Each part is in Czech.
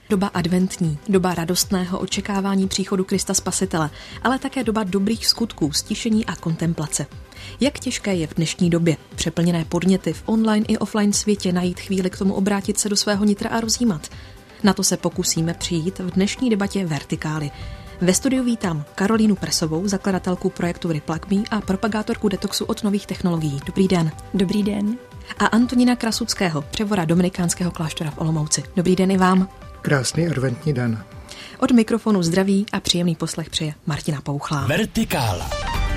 Doba adventní, doba radostného očekávání příchodu Krista Spasitele, ale také doba dobrých skutků, stišení a kontemplace. Jak těžké je v dnešní době, přeplněné podněty v online i offline světě, najít chvíli k tomu obrátit se do svého nitra a rozjímat? Na to se pokusíme přijít v dnešní debatě Vertikály. Ve studiu vítám Karolínu Presovou, zakladatelku projektu Replug Me a propagátorku detoxu od nových technologií. Dobrý den. Dobrý den. A Antonína Krasuckého, převora dominikánského kláštera v Olomouci. Dobrý den i vám. Krásný adventní den. Od mikrofonu zdraví a příjemný poslech přeje Martina Pouchlá. Vertikála.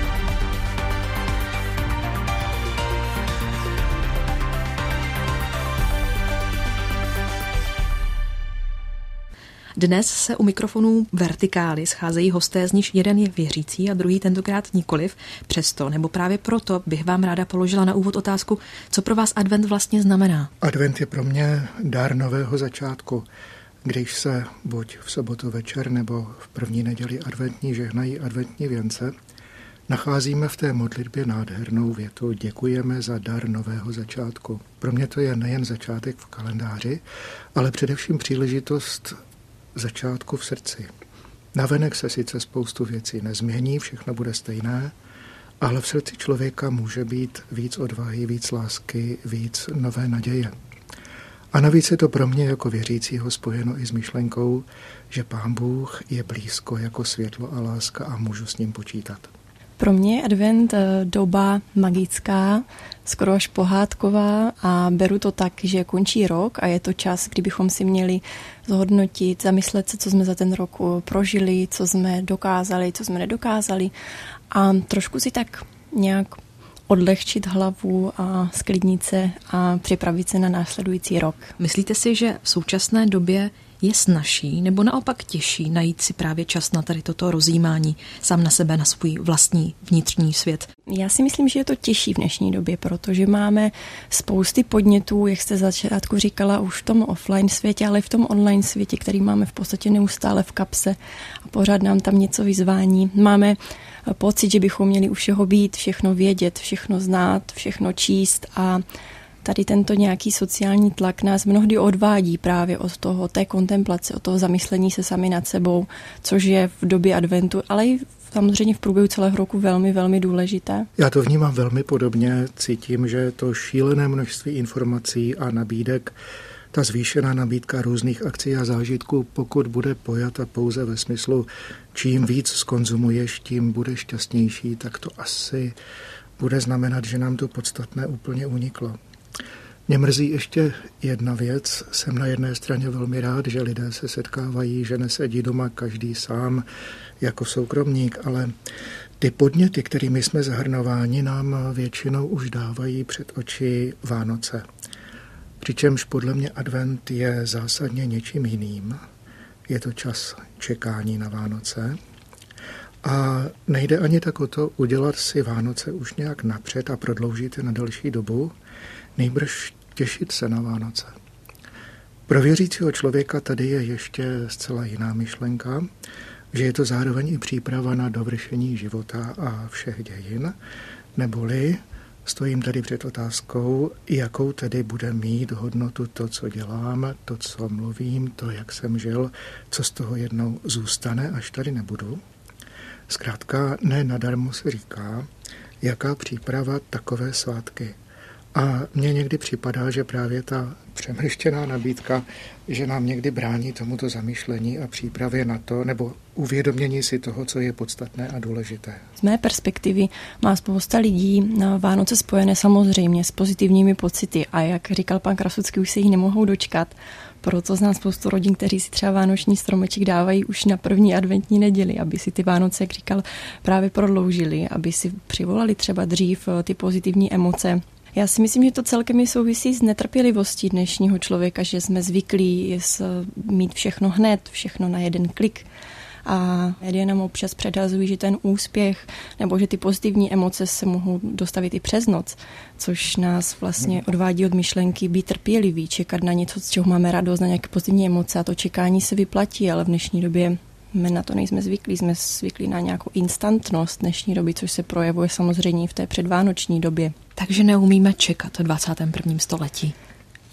Dnes se u mikrofonů Vertikály scházejí hosté, z nichž jeden je věřící a druhý tentokrát nikoliv. Přesto nebo právě proto bych vám ráda položila na úvod otázku, co pro vás advent vlastně znamená. Advent je pro mě dár nového začátku. Když se buď v sobotu večer nebo v první neděli adventní žehnají adventní věnce, nacházíme v té modlitbě nádhernou větu: děkujeme za dar nového začátku. Pro mě to je nejen začátek v kalendáři, ale především příležitost začátku v srdci. Navenek se sice spoustu věcí nezmění, všechno bude stejné, ale v srdci člověka může být víc odvahy, víc lásky, víc nové naděje. A navíc je to pro mě jako věřícího spojeno i s myšlenkou, že Pán Bůh je blízko jako světlo a láska a můžu s ním počítat. Pro mě je advent doba magická, skoro až pohádková a beru to tak, že končí rok a je to čas, kdy bychom si měli zhodnotit, zamyslet se, co jsme za ten rok prožili, co jsme dokázali, co jsme nedokázali a trošku si tak nějak odlehčit hlavu a sklidnit se a připravit se na následující rok. Myslíte si, že v současné době je snazší nebo naopak těžší najít si právě čas na tady toto rozjímání sám na sebe, na svůj vlastní vnitřní svět? Já si myslím, že je to těžší v dnešní době, protože máme spousty podnětů, jak jste začátku říkala, už v tom offline světě, ale i v tom online světě, který máme v podstatě neustále v kapse a pořád nám tam něco vyzvání. Máme pocit, že bychom měli u všeho být, všechno vědět, všechno znát, všechno číst a tady tento nějaký sociální tlak nás mnohdy odvádí právě od toho, té kontemplace, od toho zamyslení se sami nad sebou, což je v době adventu, ale i samozřejmě v průběhu celého roku velmi, velmi důležité. Já to vnímám velmi podobně, cítím, že to šílené množství informací a nabídek, ta zvýšená nabídka různých akcí a zážitků, pokud bude pojata pouze ve smyslu, čím víc zkonzumuješ, tím budeš šťastnější, tak to asi bude znamenat, že nám to podstatné úplně uniklo. Mě mrzí ještě jedna věc. Jsem na jedné straně velmi rád, že lidé se setkávají, že nesedí doma každý sám jako soukromník, ale ty podněty, kterými jsme zahrnováni, nám většinou už dávají před oči Vánoce. Přičemž podle mě advent je zásadně něčím jiným. Je to čas čekání na Vánoce. A nejde ani tak o to udělat si Vánoce už nějak napřed a prodloužit je na další dobu, nejbrž těšit se na Vánoce. Pro věřícího člověka tady je ještě zcela jiná myšlenka, že je to zároveň i příprava na dovršení života a všech dějin, neboli stojím tady před otázkou, jakou tedy bude mít hodnotu to, co dělám, to, co mluvím, to, jak jsem žil, co z toho jednou zůstane, až tady nebudu. Zkrátka ne nadarmo se říká, jaká příprava takové svátky. A mně někdy připadá, že právě ta přemrštěná nabídka, že nám někdy brání tomuto zamýšlení a přípravě na to, nebo uvědomění si toho, co je podstatné a důležité. Z mé perspektivy má spousta lidí na Vánoce spojené samozřejmě s pozitivními pocity a jak říkal pan Krasucký, už se jich nemohou dočkat. Proto znám spoustu rodin, kteří si třeba vánoční stromeček dávají už na první adventní neděli, aby si ty Vánoce, jak říkal, právě prodloužili, aby si přivolali třeba dřív ty pozitivní emoce. Já si myslím, že to celkem souvisí s netrpělivostí dnešního člověka, že jsme zvyklí mít všechno hned, všechno na jeden klik. A média nám občas předhazují, že ten úspěch nebo že ty pozitivní emoce se mohou dostavit i přes noc, což nás vlastně odvádí od myšlenky být trpělivý, čekat na něco, z čeho máme radost, na nějaké pozitivní emoce a to čekání se vyplatí, ale v dnešní době my na to nejsme zvyklí, jsme zvyklí na nějakou instantnost dnešní doby, což se projevuje samozřejmě v té předvánoční době. Takže neumíme čekat v 21. století.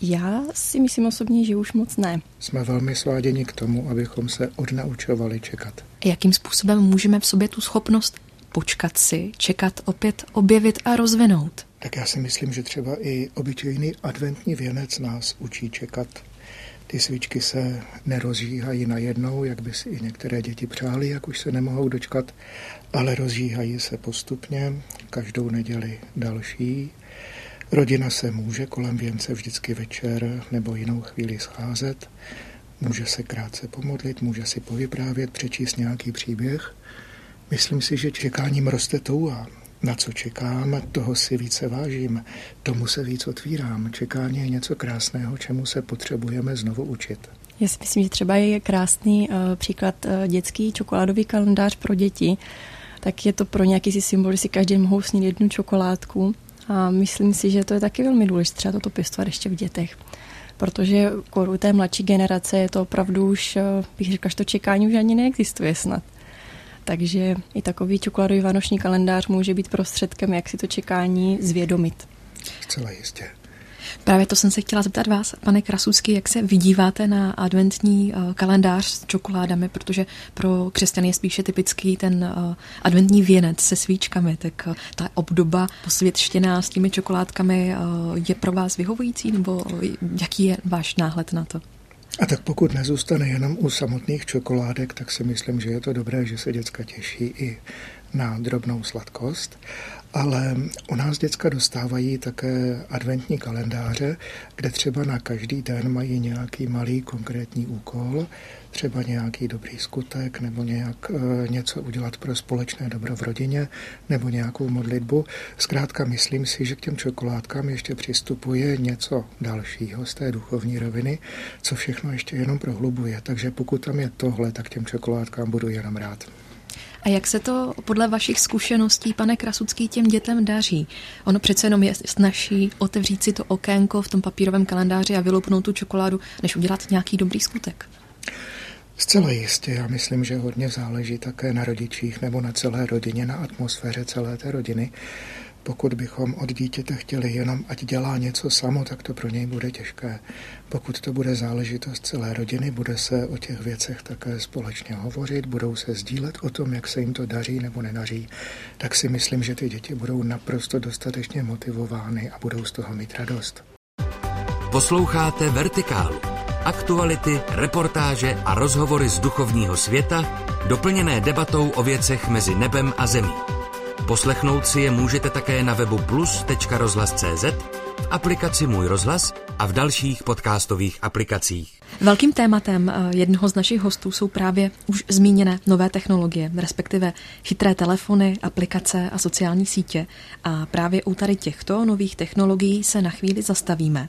Já si myslím osobně, že už moc ne. Jsme velmi sváděni k tomu, abychom se odnaučovali čekat. Jakým způsobem můžeme v sobě tu schopnost počkat si, čekat opět objevit a rozvinout? Tak já si myslím, že třeba i obyčejný adventní věnec nás učí čekat. Ty svíčky se nerozžíhají najednou, jak by si i některé děti přáli, jak už se nemohou dočkat, ale rozžíhají se postupně, každou neděli další. Rodina se může kolem věnce vždycky večer nebo jinou chvíli scházet, může se krátce pomodlit, může si povyprávět, přečíst nějaký příběh. Myslím si, že čekáním roste touha. Na co čekám, toho si více vážím, tomu se víc otvírám. Čekání je něco krásného, čemu se potřebujeme znovu učit. Já si myslím, že třeba je krásný příklad dětský čokoládový kalendář pro děti. Tak je to pro nějaký symbol, že si každý mohou snít jednu čokoládku. A myslím si, že to je taky velmi důležité třeba toto pěstovat ještě v dětech. Protože u té mladší generace je to opravdu už, bych řekla, že to čekání už ani neexistuje snad. Takže i takový čokoládový vánoční kalendář může být prostředkem, jak si to čekání zvědomit. Zcela jistě. Právě to jsem se chtěla zeptat vás, pane Krasucký, jak se vydíváte na adventní kalendář s čokoládami, protože pro křesťany je spíše typický ten adventní věnec se svíčkami, tak ta obdoba posvětštěná s těmi čokoládkami je pro vás vyhovující, nebo jaký je váš náhled na to? A tak pokud nezůstane jenom u samotných čokoládek, tak si myslím, že je to dobré, že se děcka těší i na drobnou sladkost. Ale u nás děcka dostávají také adventní kalendáře, kde třeba na každý den mají nějaký malý konkrétní úkol, třeba nějaký dobrý skutek nebo něco udělat pro společné dobro v rodině nebo nějakou modlitbu. Zkrátka myslím si, že k těm čokoládkám ještě přistupuje něco dalšího z té duchovní roviny, co všechno ještě jenom prohlubuje. Takže pokud tam je tohle, tak těm čokoládkám budu jenom rád. A jak se to podle vašich zkušeností, pane Krasucký, těm dětem daří? Ono přece jenom je snazší otevřít si to okénko v tom papírovém kalendáři a vyloupnout tu čokoládu, než udělat nějaký dobrý skutek. Zcela jistě, já myslím, že hodně záleží také na rodičích nebo na celé rodině, na atmosféře celé té rodiny. Pokud bychom od dítěte chtěli jenom, ať dělá něco samo, tak to pro něj bude těžké. Pokud to bude záležitost celé rodiny, bude se o těch věcech také společně hovořit, budou se sdílet o tom, jak se jim to daří nebo nedaří, tak si myslím, že ty děti budou naprosto dostatečně motivovány a budou z toho mít radost. Posloucháte Vertikálu. Aktuality, reportáže a rozhovory z duchovního světa, doplněné debatou o věcech mezi nebem a zemí. Poslechnout si je můžete také na webu plus.rozhlas.cz, v aplikaci Můj rozhlas a v dalších podcastových aplikacích. Velkým tématem jednoho z našich hostů jsou právě už zmíněné nové technologie, respektive chytré telefony, aplikace a sociální sítě. A právě u tady těchto nových technologií se na chvíli zastavíme.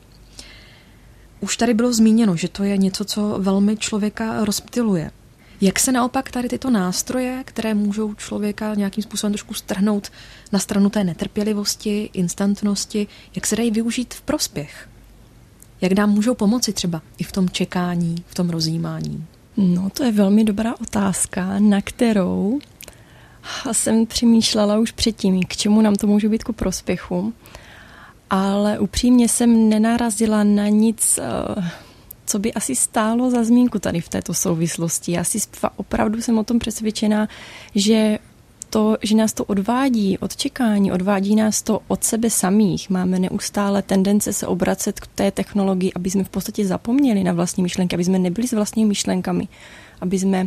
Už tady bylo zmíněno, že to je něco, co velmi člověka rozptyluje. Jak se naopak tady tyto nástroje, které můžou člověka nějakým způsobem trošku strhnout na stranu té netrpělivosti, instantnosti, jak se dají využít v prospěch? Jak nám můžou pomoci třeba i v tom čekání, v tom rozjímání? No, to je velmi dobrá otázka, na kterou jsem přemýšlela už předtím, k čemu nám to může být ku prospěchu. Ale upřímně jsem nenarazila na nic, co by asi stálo za zmínku tady v této souvislosti. Já si opravdu jsem o tom přesvědčená, že nás to odvádí od čekání, odvádí nás to od sebe samých. Máme neustále tendence se obracet k té technologii, aby jsme v podstatě zapomněli na vlastní myšlenky, aby jsme nebyli s vlastními myšlenkami, aby jsme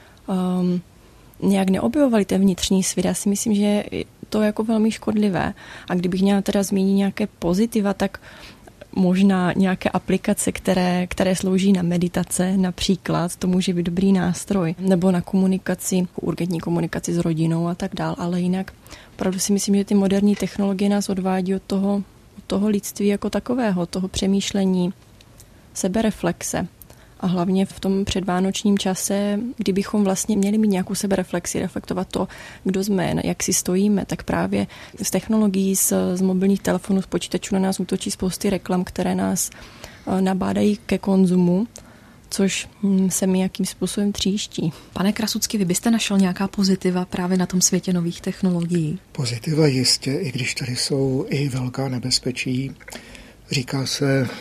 nějak neobjevovali ten vnitřní svět. Já si myslím, že to je jako velmi škodlivé. A kdybych měla teda zmínit nějaké pozitiva, tak možná nějaké aplikace, které slouží na meditace, například, to může být dobrý nástroj, nebo na komunikaci, urgentní komunikaci s rodinou a tak dál, ale jinak opravdu si myslím, že ty moderní technologie nás odvádí od toho lidství jako takového, toho přemýšlení, sebereflexe. A hlavně v tom předvánočním čase, kdybychom vlastně měli mít nějakou sebereflexi, reflektovat to, kdo jsme, jak si stojíme, tak právě z technologií, z mobilních telefonů, z počítačů na nás útočí spousty reklam, které nás nabádají ke konzumu, což se mi jakým způsobem tříští. Pane Krasucký, vy byste našel nějaká pozitiva právě na tom světě nových technologií? Pozitiva jistě, i když tady jsou i velká nebezpečí. Říká se,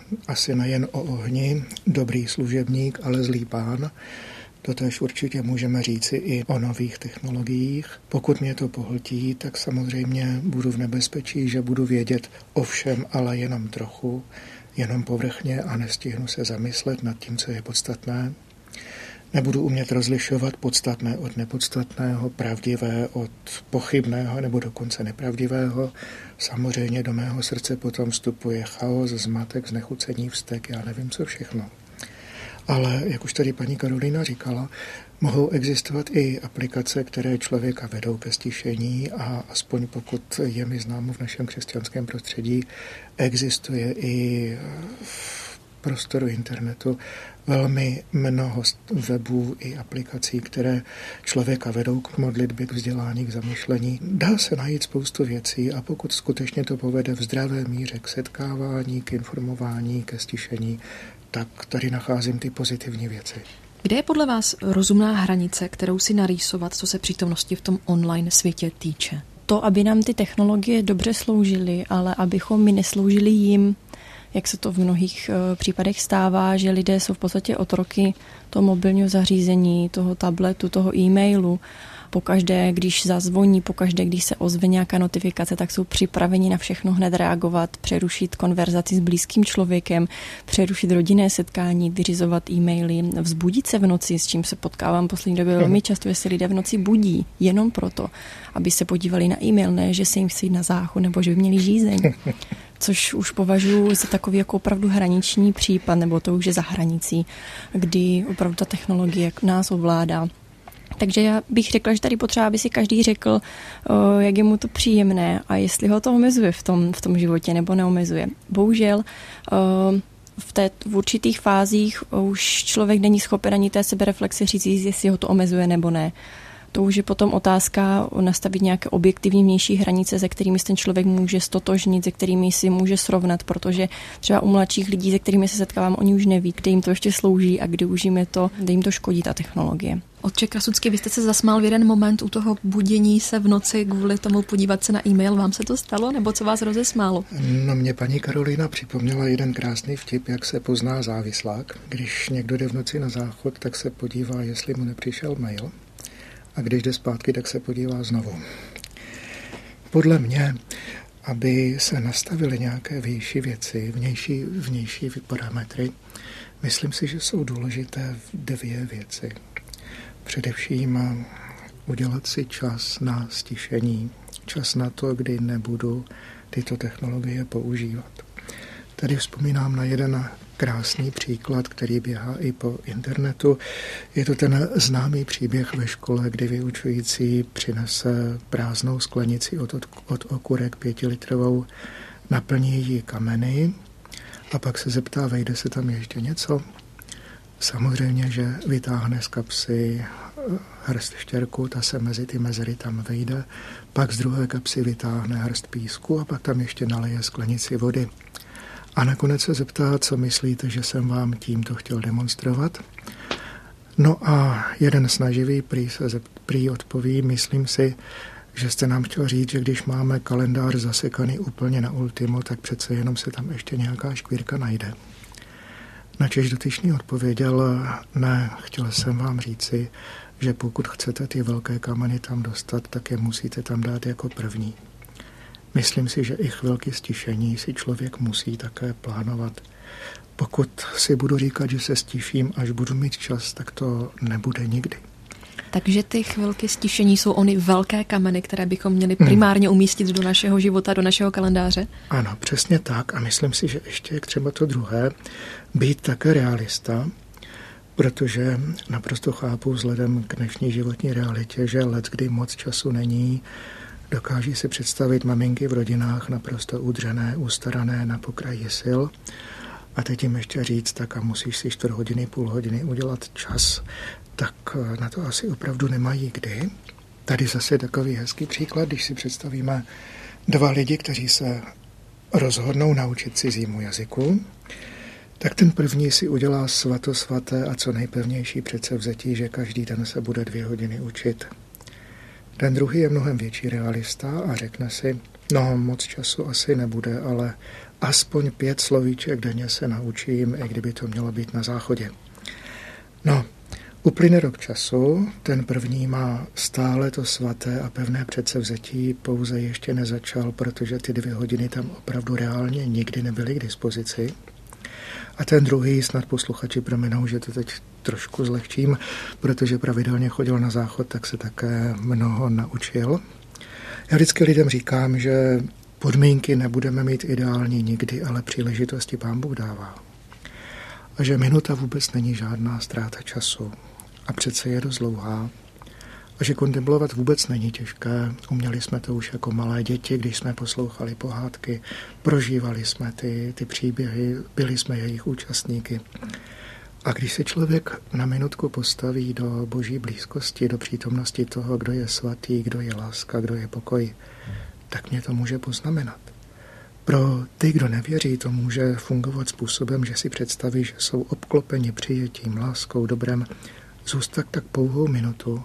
asi nejen o ohni, dobrý služebník, ale zlý pán. Totéž určitě můžeme říci i o nových technologiích. Pokud mě to pohltí, tak samozřejmě budu v nebezpečí, že budu vědět o všem, ale jenom trochu, jenom povrchně a nestihnu se zamyslet nad tím, co je podstatné. Nebudu umět rozlišovat podstatné od nepodstatného, pravdivé od pochybného nebo dokonce nepravdivého. Samozřejmě do mého srdce potom vstupuje chaos, zmatek, znechucení, vztek, já nevím co všechno. Ale, jak už tady paní Karolína říkala, mohou existovat i aplikace, které člověka vedou ke stišení a aspoň pokud je mi známo v našem křesťanském prostředí, existuje i v prostoru internetu velmi mnoho webů i aplikací, které člověka vedou k modlitbě, k vzdělání, k zamyšlení. Dá se najít spoustu věcí a pokud skutečně to povede v zdravé míře k setkávání, k informování, ke stišení, tak tady nacházím ty pozitivní věci. Kde je podle vás rozumná hranice, kterou si narýsovat, co se přítomnosti v tom online světě týče? To, aby nám ty technologie dobře sloužily, ale abychom my nesloužili jim, jak se to v mnohých případech stává, že lidé jsou v podstatě otroky toho mobilního zařízení, toho tabletu, toho e-mailu. Pokaždé, když zazvoní, pokaždé, když se ozve nějaká notifikace, tak jsou připraveni na všechno hned reagovat, přerušit konverzaci s blízkým člověkem, přerušit rodinné setkání, vyřizovat e-maily, vzbudit se v noci, s čím se potkávám poslední době velmi často, že se lidé v noci budí jenom proto, aby se podívali na e-mail, ne, že se jim chce jít na záchod nebo že by měli žízeň. Což už považuji za takový jako opravdu hraniční případ, nebo to už je za hranicí, kdy opravdu ta technologie nás ovládá. Takže já bych řekla, že tady potřeba, aby si každý řekl, jak je mu to příjemné a jestli ho to omezuje v tom životě nebo neomezuje. Bohužel v určitých fázích už člověk není schopen ani té sebereflexe říct, jestli ho to omezuje nebo ne. To už je potom otázka nastavit nějaké objektivní vnější hranice, se kterými ten člověk může stotožnit, se kterými si může srovnat, protože třeba u mladších lidí, se kterými se setkávám, oni už neví, kde jim to ještě slouží a kde už kde jim to škodí ta technologie. Otče Krasucký, vy jste se zasmál v jeden moment u toho budění se v noci kvůli tomu podívat se na e-mail. Vám se to stalo, nebo co vás rozesmálo? No, mě paní Karolína připomněla jeden krásný vtip, jak se pozná závislák. Když někdo jde v noci na záchod, tak se podívá, jestli mu nepřišel mail. A když jde zpátky, tak se podívá znovu. Podle mě, aby se nastavily nějaké vyšší věci, vnější parametry, myslím si, že jsou důležité dvě věci. Především udělat si čas na stišení, čas na to, kdy nebudu tyto technologie používat. Tady vzpomínám na jeden krásný příklad, který běhá i po internetu. Je to ten známý příběh ve škole, kdy vyučující přinese prázdnou sklenici od okurek 5litrovou, naplní ji kameny a pak se zeptá, vejde se tam ještě něco? Samozřejmě, že vytáhne z kapsy hrst štěrku, ta se mezi ty mezery tam vejde, pak z druhé kapsy vytáhne hrst písku a pak tam ještě naleje sklenici vody. A nakonec se zeptá, co myslíte, že jsem vám tímto chtěl demonstrovat. No a jeden snaživý prý odpoví, myslím si, že jste nám chtěl říct, že když máme kalendář zasekaný úplně na ultimo, tak přece jenom se tam ještě nějaká škvírka najde. Načež dotyčný odpověděl, ne, chtěl jsem vám říci, že pokud chcete ty velké kameny tam dostat, tak je musíte tam dát jako první. Myslím si, že i chvilky stišení si člověk musí také plánovat. Pokud si budu říkat, že se stiším, až budu mít čas, tak to nebude nikdy. Takže ty chvilky stišení jsou ony velké kameny, které bychom měli primárně umístit do našeho života, do našeho kalendáře? Ano, přesně tak. A myslím si, že ještě je třeba to druhé, být také realista, protože naprosto chápu vzhledem k dnešní životní realitě, že leckdy moc času není. Dokáží si představit maminky v rodinách naprosto udřené, ustarané na pokraji sil. A teď jim ještě říct, tak a musíš si 4 hodiny, půl hodiny udělat čas, tak na to asi opravdu nemají kdy. Tady zase takový hezký příklad, když si představíme 2 lidi, kteří se rozhodnou naučit cizímu jazyku, tak ten první si udělá svatosvaté a co nejpevnější předsevzetí, že každý den se bude 2 hodiny učit. Ten druhý je mnohem větší realista a řekne si, No, moc času asi nebude, ale aspoň 5 slovíček denně se naučím, i kdyby to mělo být na záchodě. No, uplyne rok času, ten první má stále to svaté a pevné předsevzetí, pouze ještě nezačal, protože ty 2 hodiny tam opravdu reálně nikdy nebyly k dispozici. A ten druhý, snad posluchači prominou, že to teď trošku zlehčím, protože pravidelně chodil na záchod, tak se také mnoho naučil. Já vždycky lidem říkám, že podmínky nebudeme mít ideální nikdy, ale příležitosti Pán Bůh dává. A že minuta vůbec není žádná ztráta času. A přece je dost dlouhá. A že kontemplovat vůbec není těžké. Uměli jsme to už jako malé děti, když jsme poslouchali pohádky, prožívali jsme ty příběhy, byli jsme jejich účastníky. A když se člověk na minutku postaví do boží blízkosti, do přítomnosti toho, kdo je svatý, kdo je láska, kdo je pokoj, tak mě to může poznamenat. Pro ty, kdo nevěří, to může fungovat způsobem, že si představí, že jsou obklopeni přijetím, láskou, dobrem, zůstat tak pouhou minutu.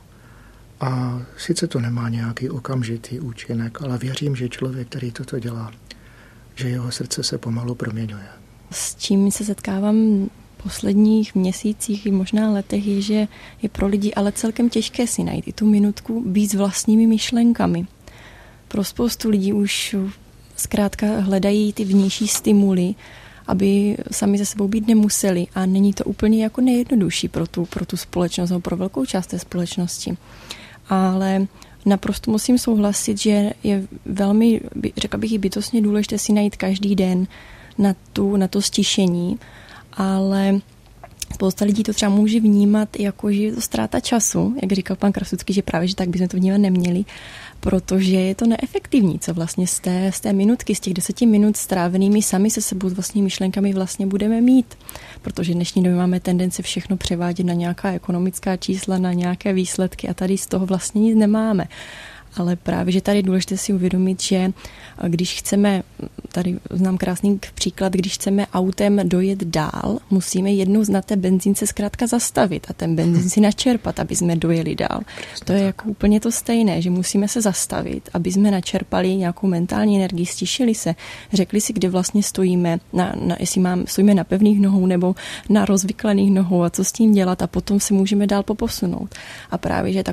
A sice to nemá nějaký okamžitý účinek, ale věřím, že člověk, který toto dělá, že jeho srdce se pomalu proměňuje. S čím se setkávám v posledních měsících i možná letech je, že je pro lidi ale celkem těžké si najít i tu minutku být s vlastními myšlenkami. Pro spoustu lidí už zkrátka hledají ty vnější stimuly, aby sami ze sebou být nemuseli a není to úplně jako nejjednodušší pro tu společnost nebo pro velkou část té společnosti. Ale naprosto musím souhlasit, že je velmi, řekla bych i bytostně důležité si najít každý den na to stišení, ale spousta lidí to třeba může vnímat jako, že je to ztráta času, jak říkal pan Krasucký, že právě, že tak bychom to vnímat neměli, protože je to neefektivní, co vlastně z té minutky, z těch 10 minut strávenými sami se sebou s vlastními myšlenkami vlastně budeme mít. Protože v dnešní době máme tendenci všechno převádět na nějaká ekonomická čísla, na nějaké výsledky a tady z toho vlastně nic nemáme. Ale právě, že tady je důležité si uvědomit, že když chceme, tady znám krásný příklad, když chceme autem dojet dál, musíme jednou na té benzínce zkrátka zastavit a ten benzín si načerpat, aby jsme dojeli dál. To je jako úplně to stejné, že musíme se zastavit, aby jsme načerpali nějakou mentální energii, stišili se, řekli si, kde vlastně stojíme, jestli stojíme na pevných nohou nebo na rozvyklaných nohou a co s tím dělat a potom se můžeme dál poposunout. A právě, že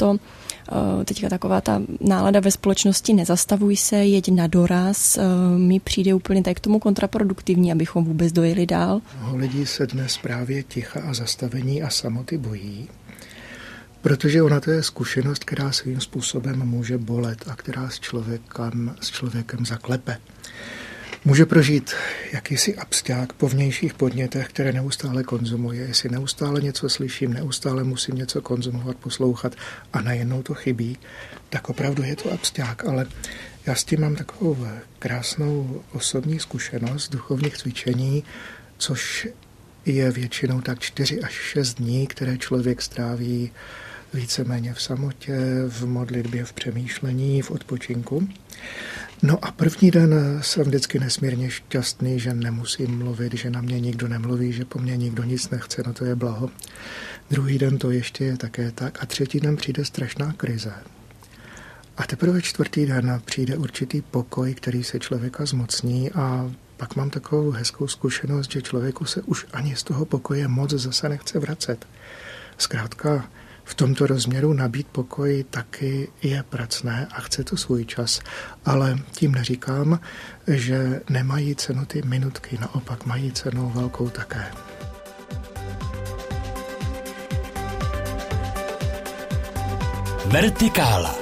teďka taková ta nálada ve společnosti nezastavuj se, jeď na doraz, mi přijde úplně tak k tomu kontraproduktivní, abychom vůbec dojeli dál. Mnoho lidí se dnes právě ticha a zastavení a samoty bojí, protože ona to je zkušenost, která svým způsobem může bolet a která s člověkem zaklepe. Může prožít jakýsi absťák po vnějších podnětech, které neustále konzumuje. Jestli neustále něco slyším, neustále musím něco konzumovat, poslouchat a najednou to chybí, tak opravdu je to absťák. Ale já s tím mám takovou krásnou osobní zkušenost duchovních cvičení, což je většinou tak 4 až 6 dní, které člověk stráví víceméně v samotě, v modlitbě, v přemýšlení, v odpočinku. No a první den jsem vždycky nesmírně šťastný, že nemusím mluvit, že na mě nikdo nemluví, že po mně nikdo nic nechce, no to je blaho. Druhý den to ještě je také tak a třetí den přijde strašná krize. A teprve 4. den přijde určitý pokoj, který se člověka zmocní a pak mám takovou hezkou zkušenost, že člověku se už ani z toho pokoje moc zase nechce vracet. Zkrátka v tomto rozměru nabít pokoj taky je pracné a chce to svůj čas, ale tím neříkám, že nemají cenu ty minutky, naopak mají cenu velkou také. Vertikála.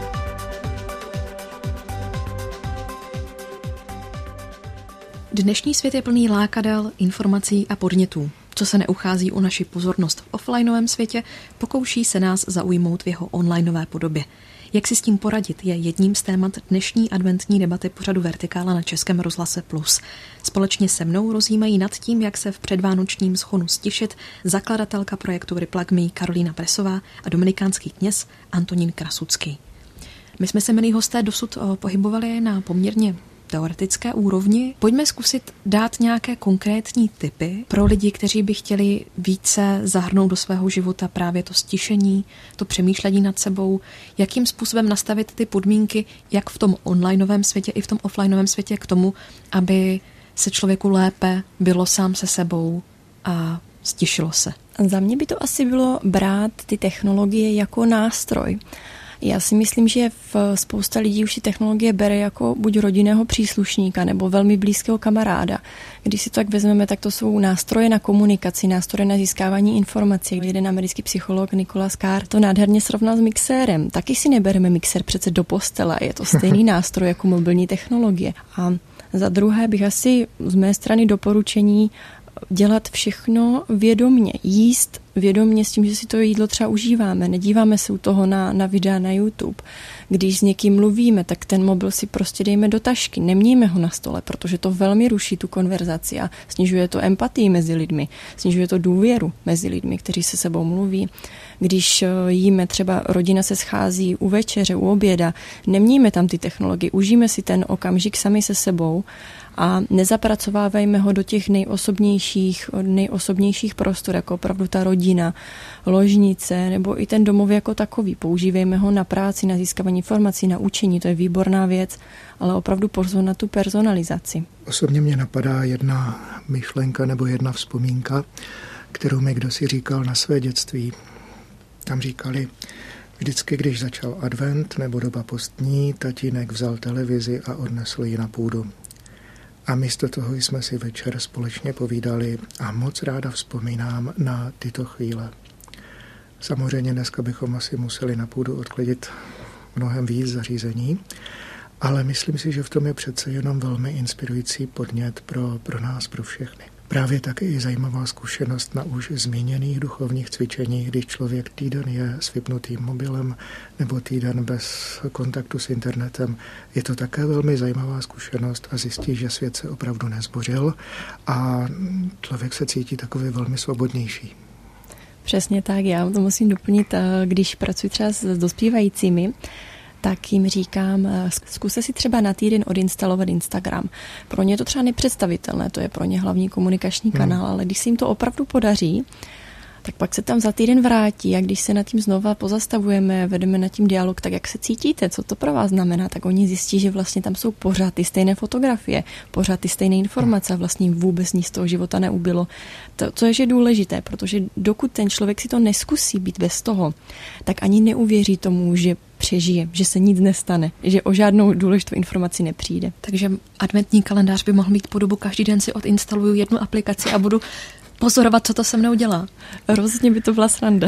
Dnešní svět je plný lákadel, informací a podnětů. Co se neuchází o naši pozornost v offlineovém světě, pokouší se nás zaujmout v jeho onlineové podobě. Jak si s tím poradit, je jedním z témat dnešní adventní debaty pořadu Vertikála na Českém rozhlase Plus. Společně se mnou rozjímají nad tím, jak se v předvánočním shonu stišit, zakladatelka projektu Replug Me Karolína Presová a dominikánský kněz Antonín Krasucký. My jsme se, milí hosté, dosud pohybovali na poměrně teoretické úrovni. Pojďme zkusit dát nějaké konkrétní tipy pro lidi, kteří by chtěli více zahrnout do svého života právě to stišení, to přemýšlení nad sebou, jakým způsobem nastavit ty podmínky, jak v tom onlineovém světě i v tom offlineovém světě k tomu, aby se člověku lépe bylo sám se sebou a stišilo se. Za mě by to asi bylo brát ty technologie jako nástroj. Já si myslím, že spousta lidí už ty technologie bere jako buď rodinného příslušníka nebo velmi blízkého kamaráda. Když si to tak vezmeme, tak to jsou nástroje na komunikaci, nástroje na získávání informací. Jeden americký psycholog Nicholas Carr to nádherně srovnal s mixérem. Taky si nebereme mixér přece do postele, je to stejný nástroj jako mobilní technologie. A za druhé bych asi z mé strany doporučení dělat všechno vědomně, jíst vědomně s tím, že si to jídlo třeba užíváme, nedíváme se u toho na videa na YouTube. Když s někým mluvíme, tak ten mobil si prostě dejme do tašky, nemějme ho na stole, protože to velmi ruší tu konverzaci a snižuje to empatii mezi lidmi, snižuje to důvěru mezi lidmi, kteří se sebou mluví. Když jíme, třeba rodina se schází u večeře, u oběda, nemějme tam ty technologie, užijeme si ten okamžik sami se sebou a nezapracovávejme ho do těch nejosobnějších prostor, jako opravdu ta rodina, ložnice nebo i ten domov jako takový. Používejme ho na práci, na získávání informací, na učení, to je výborná věc, ale opravdu pozor na tu personalizaci. Osobně mě napadá jedna myšlenka nebo jedna vzpomínka, kterou mi kdosi říkal na své dětství. Tam říkali, vždycky, když začal advent nebo doba postní, tatínek vzal televizi a odnesl ji na půdu. A místo toho jsme si večer společně povídali a moc ráda vzpomínám na tyto chvíle. Samozřejmě dneska bychom asi museli na půdu odklidit mnohem víc zařízení, ale myslím si, že v tom je přece jenom velmi inspirující podnět pro nás, pro všechny. Právě taky i zajímavá zkušenost na už zmíněných duchovních cvičeních, když člověk týden je s vypnutým mobilem nebo týden bez kontaktu s internetem. Je to také velmi zajímavá zkušenost a zjistí, že svět se opravdu nezbořil a člověk se cítí takový velmi svobodnější. Přesně tak, já to musím doplnit, když pracuji třeba s dospívajícími, tak jim říkám, zkuste si třeba na týden odinstalovat Instagram. Pro ně je to třeba nepředstavitelné, to je pro ně hlavní komunikační kanál, ale když se jim to opravdu podaří, tak pak se tam za týden vrátí a když se nad tím znova pozastavujeme, vedeme nad tím dialog, tak jak se cítíte, co to pro vás znamená, tak oni zjistí, že vlastně tam jsou pořád ty stejné fotografie, pořád ty stejné informace a vlastně vůbec nic z toho života neubylo. To, co je důležité, protože dokud ten člověk si to neskusí být bez toho, tak ani neuvěří tomu, že přežije, že se nic nestane, že o žádnou důležitou informaci nepřijde. Takže adventní kalendář by mohl mít podobu, každý den si odinstaluju jednu aplikaci a budu pozorovat, co to se mnou dělá. Rozhodně by to byla sranda.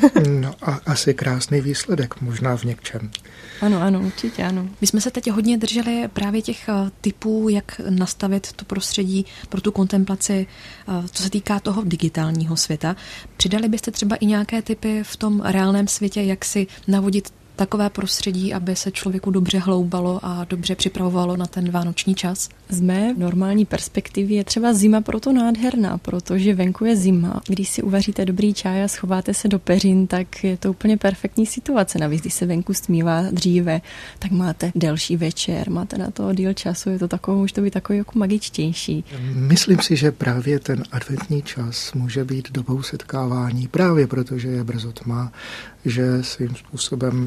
No a asi krásný výsledek, možná v něčem. Ano, určitě ano. My jsme se teď hodně drželi právě těch typů, jak nastavit to prostředí pro tu kontemplaci, co se týká toho digitálního světa. Přidali byste třeba i nějaké typy v tom reálném světě, jak si navodit takové prostředí, aby se člověku dobře hloubalo a dobře připravovalo na ten vánoční čas? Z mé normální perspektivy je třeba zima proto nádherná, protože venku je zima. Když si uvaříte dobrý čaj a schováte se do peřin, tak je to úplně perfektní situace. Navíc, když se venku stmívá dříve, tak máte delší večer, máte na to díl času, je to takový, už to být takový jako magičtější. Myslím si, že právě ten adventní čas může být dobou setkávání, právě protože je brzo tma, že svým způsobem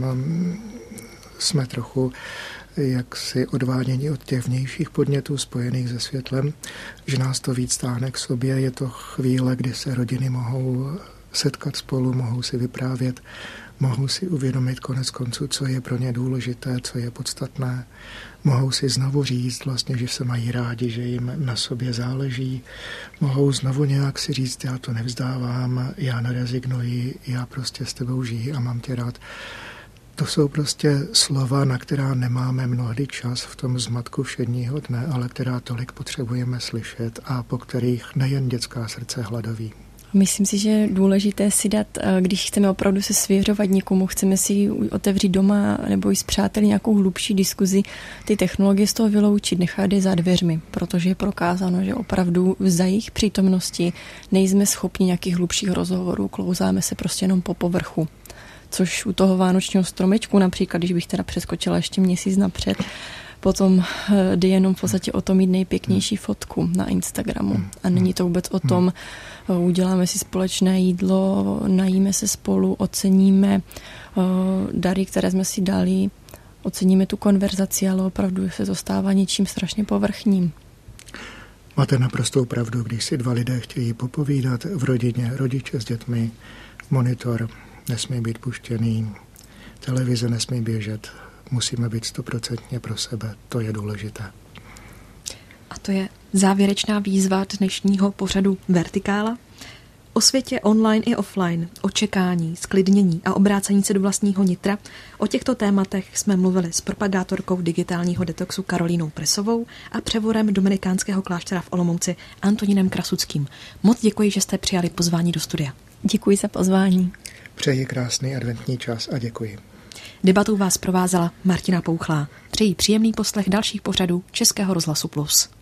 jsme trochu jaksi odváděni od těch vnějších podnětů spojených se světlem, že nás to víc táhne k sobě. Je to chvíle, kdy se rodiny mohou setkat spolu, mohou si vyprávět, mohou si uvědomit konec konců, co je pro ně důležité, co je podstatné. Mohou si znovu říct vlastně, že se mají rádi, že jim na sobě záleží. Mohou znovu nějak si říct, já to nevzdávám, já nerezignuji, já prostě s tebou žiji a mám tě rád. To jsou prostě slova, na která nemáme mnohdy čas v tom zmatku všedního dne, ale která tolik potřebujeme slyšet a po kterých nejen dětská srdce hladoví. Myslím si, že je důležité si dát, když chceme opravdu se svěřovat někomu, chceme si otevřít doma nebo i s přáteli nějakou hlubší diskuzi, ty technologie z toho vyloučit, nechat je za dveřmi, protože je prokázáno, že opravdu za jejich přítomnosti nejsme schopni nějakých hlubších rozhovorů, klouzáme se prostě jenom po povrchu. Což u toho vánočního stromečku například, když bych teda přeskočila ještě měsíc napřed, potom jde jenom v podstatě o to mít nejpěknější fotku na Instagramu. A není to vůbec o tom, uděláme si společné jídlo, najíme se spolu, oceníme dary, které jsme si dali, oceníme tu konverzaci, ale opravdu se to stává něčím strašně povrchním. Máte naprostou pravdu, když si dva lidé chtějí popovídat v rodině, rodiče s dětmi, monitor nesmí být puštěný, televize nesmí běžet, musíme být 100% pro sebe, to je důležité. A to je závěrečná výzva dnešního pořadu Vertikála. O světě online i offline, o čekání, sklidnění a obrácení se do vlastního nitra, o těchto tématech jsme mluvili s propagátorkou digitálního detoxu Karolínou Presovou a převorem dominikánského kláštera v Olomouci Antonínem Krasuckým. Moc děkuji, že jste přijali pozvání do studia. Děkuji za pozvání. Přeji krásný adventní čas a děkuji. Debatou vás provázela Martina Pouchlá. Přeji příjemný poslech dalších pořadů Českého rozhlasu Plus.